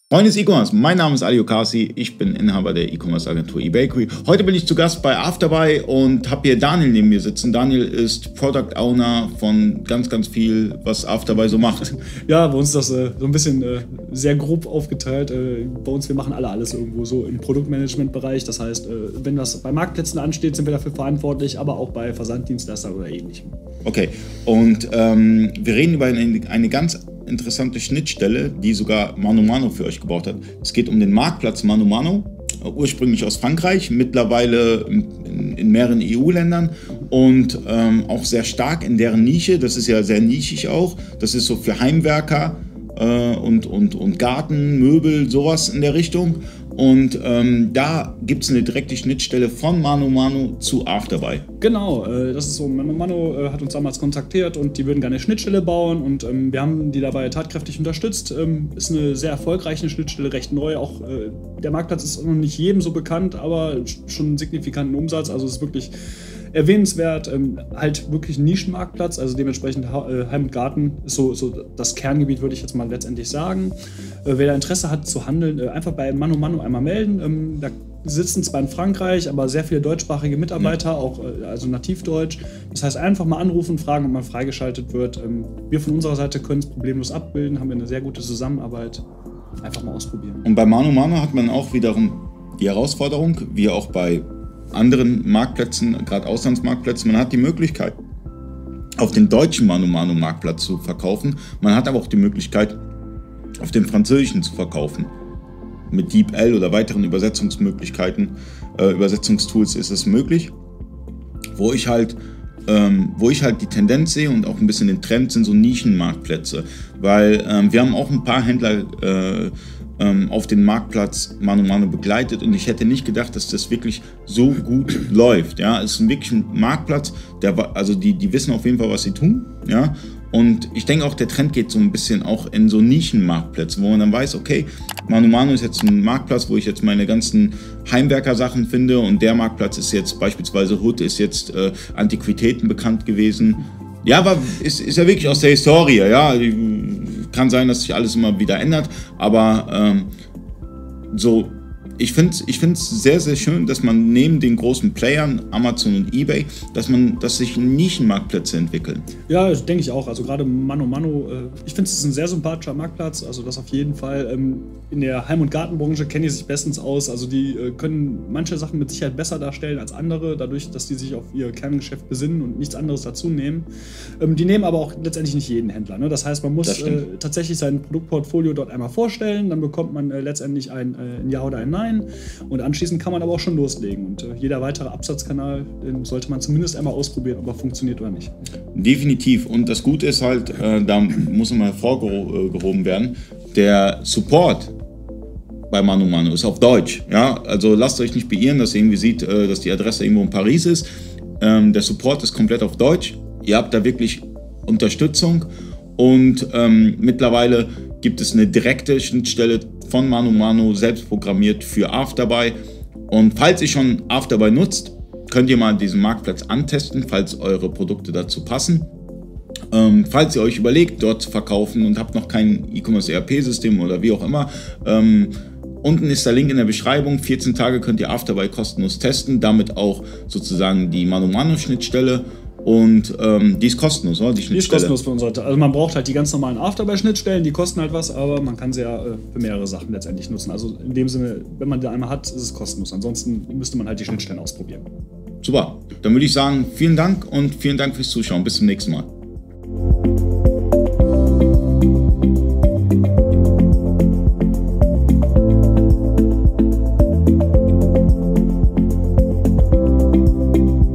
Freunde des E-Commerce, mein Name ist Ali Okasi, ich bin Inhaber der E-Commerce-Agentur eBakery. Heute bin ich zu Gast bei Afterbuy und habe hier Daniel neben mir sitzen. Daniel ist Product Owner von ganz viel, was Afterbuy so macht. Ja, bei uns ist das so ein bisschen sehr grob aufgeteilt. Bei uns, wir machen alles irgendwo so im Produktmanagement-Bereich. Das heißt, wenn was bei Marktplätzen ansteht, sind wir dafür verantwortlich, aber auch bei Versanddienstleistern oder ähnlichem. Okay, und wir reden über eine ganz interessante Schnittstelle, die sogar ManoMano für euch gebaut hat. Es geht um den Marktplatz ManoMano, ursprünglich aus Frankreich, mittlerweile in mehreren EU-Ländern und auch sehr stark in deren Nische. Das ist ja sehr nischig auch. Das ist so für Heimwerker und Garten, Möbel, sowas in der Richtung. Und da gibt es eine direkte Schnittstelle von ManoMano zu Afterbuy. Genau, das ist so, ManoMano hat uns damals kontaktiert und die würden gerne eine Schnittstelle bauen und wir haben die dabei tatkräftig unterstützt. Ist eine sehr erfolgreiche Schnittstelle, recht neu. Auch der Marktplatz ist noch nicht jedem so bekannt, aber schon einen signifikanten Umsatz. Also es ist wirklich erwähnenswert, halt wirklich ein Nischenmarktplatz, also dementsprechend Heim und Garten ist so das Kerngebiet, würde ich jetzt mal letztendlich sagen. Wer da Interesse hat zu handeln, einfach bei ManoMano einmal melden. Da sitzen zwar in Frankreich, aber sehr viele deutschsprachige Mitarbeiter, auch also Nativdeutsch. Das heißt, einfach mal anrufen und fragen, ob man freigeschaltet wird. Wir von unserer Seite können es problemlos abbilden, haben wir eine sehr gute Zusammenarbeit. Einfach mal ausprobieren. Und bei ManoMano hat man auch wiederum die Herausforderung, wie auch bei anderen Marktplätzen, gerade Auslandsmarktplätzen, man hat die Möglichkeit, auf den deutschen ManoMano-Marktplatz zu verkaufen. Man hat aber auch die Möglichkeit, auf den französischen zu verkaufen. Mit DeepL oder weiteren Übersetzungsmöglichkeiten, Übersetzungstools ist es möglich. Wo ich halt die Tendenz sehe und auch ein bisschen den Trend, sind so Nischenmarktplätze. Weil wir haben auch ein paar Händler auf den Marktplatz ManoMano begleitet und ich hätte nicht gedacht, dass das wirklich so gut läuft. Ja, es ist wirklich ein Marktplatz, die wissen auf jeden Fall, was sie tun. Ja, und ich denke auch, der Trend geht so ein bisschen auch in so Nischenmarktplätze, wo man dann weiß, okay, ManoMano ist jetzt ein Marktplatz, wo ich jetzt meine ganzen Heimwerker-Sachen finde und der Marktplatz ist jetzt beispielsweise Hood, ist jetzt Antiquitäten bekannt gewesen. Ja, aber ist ja wirklich aus der Historie, ja. Kann sein, dass sich alles immer wieder ändert, aber ich finde es sehr, sehr schön, dass man neben den großen Playern, Amazon und eBay, dass sich Nischenmarktplätze entwickeln. Ja, denke ich auch. Also gerade ManoMano, ich finde es ist ein sehr sympathischer Marktplatz, also das auf jeden Fall. In der Heim- und Gartenbranche kennen die sich bestens aus, also die können manche Sachen mit Sicherheit besser darstellen als andere, dadurch, dass die sich auf ihr Kerngeschäft besinnen und nichts anderes dazu nehmen. Die nehmen aber auch letztendlich nicht jeden Händler, ne? Das heißt, man muss tatsächlich sein Produktportfolio dort einmal vorstellen, dann bekommt man letztendlich ein Ja oder ein Nein. Und anschließend kann man aber auch schon loslegen. Und jeder weitere Absatzkanal, den sollte man zumindest einmal ausprobieren, ob er funktioniert oder nicht. Definitiv. Und das Gute ist halt, da muss immer hervorgehoben werden, der Support bei ManoMano ist auf Deutsch. Ja? Also lasst euch nicht beirren, dass ihr irgendwie seht, dass die Adresse irgendwo in Paris ist. Der Support ist komplett auf Deutsch. Ihr habt da wirklich Unterstützung. Und mittlerweile gibt es eine direkte Schnittstelle von ManoMano, selbst programmiert für Afterbuy. Und falls ihr schon Afterbuy nutzt, könnt ihr mal diesen Marktplatz antesten, falls eure Produkte dazu passen. Falls ihr euch überlegt, dort zu verkaufen und habt noch kein E-Commerce-ERP-System oder wie auch immer, unten ist der Link in der Beschreibung. 14 Tage könnt ihr Afterbuy kostenlos testen, damit auch sozusagen die ManoMano-Schnittstelle. Und die ist kostenlos, oder? Die ist kostenlos für unsere Seite. Also man braucht halt die ganz normalen Afterbuy-Schnittstellen, die kosten halt was, aber man kann sie ja für mehrere Sachen letztendlich nutzen. Also in dem Sinne, wenn man die einmal hat, ist es kostenlos. Ansonsten müsste man halt die Schnittstellen ausprobieren. Super. Dann würde ich sagen, vielen Dank und vielen Dank fürs Zuschauen. Bis zum nächsten Mal.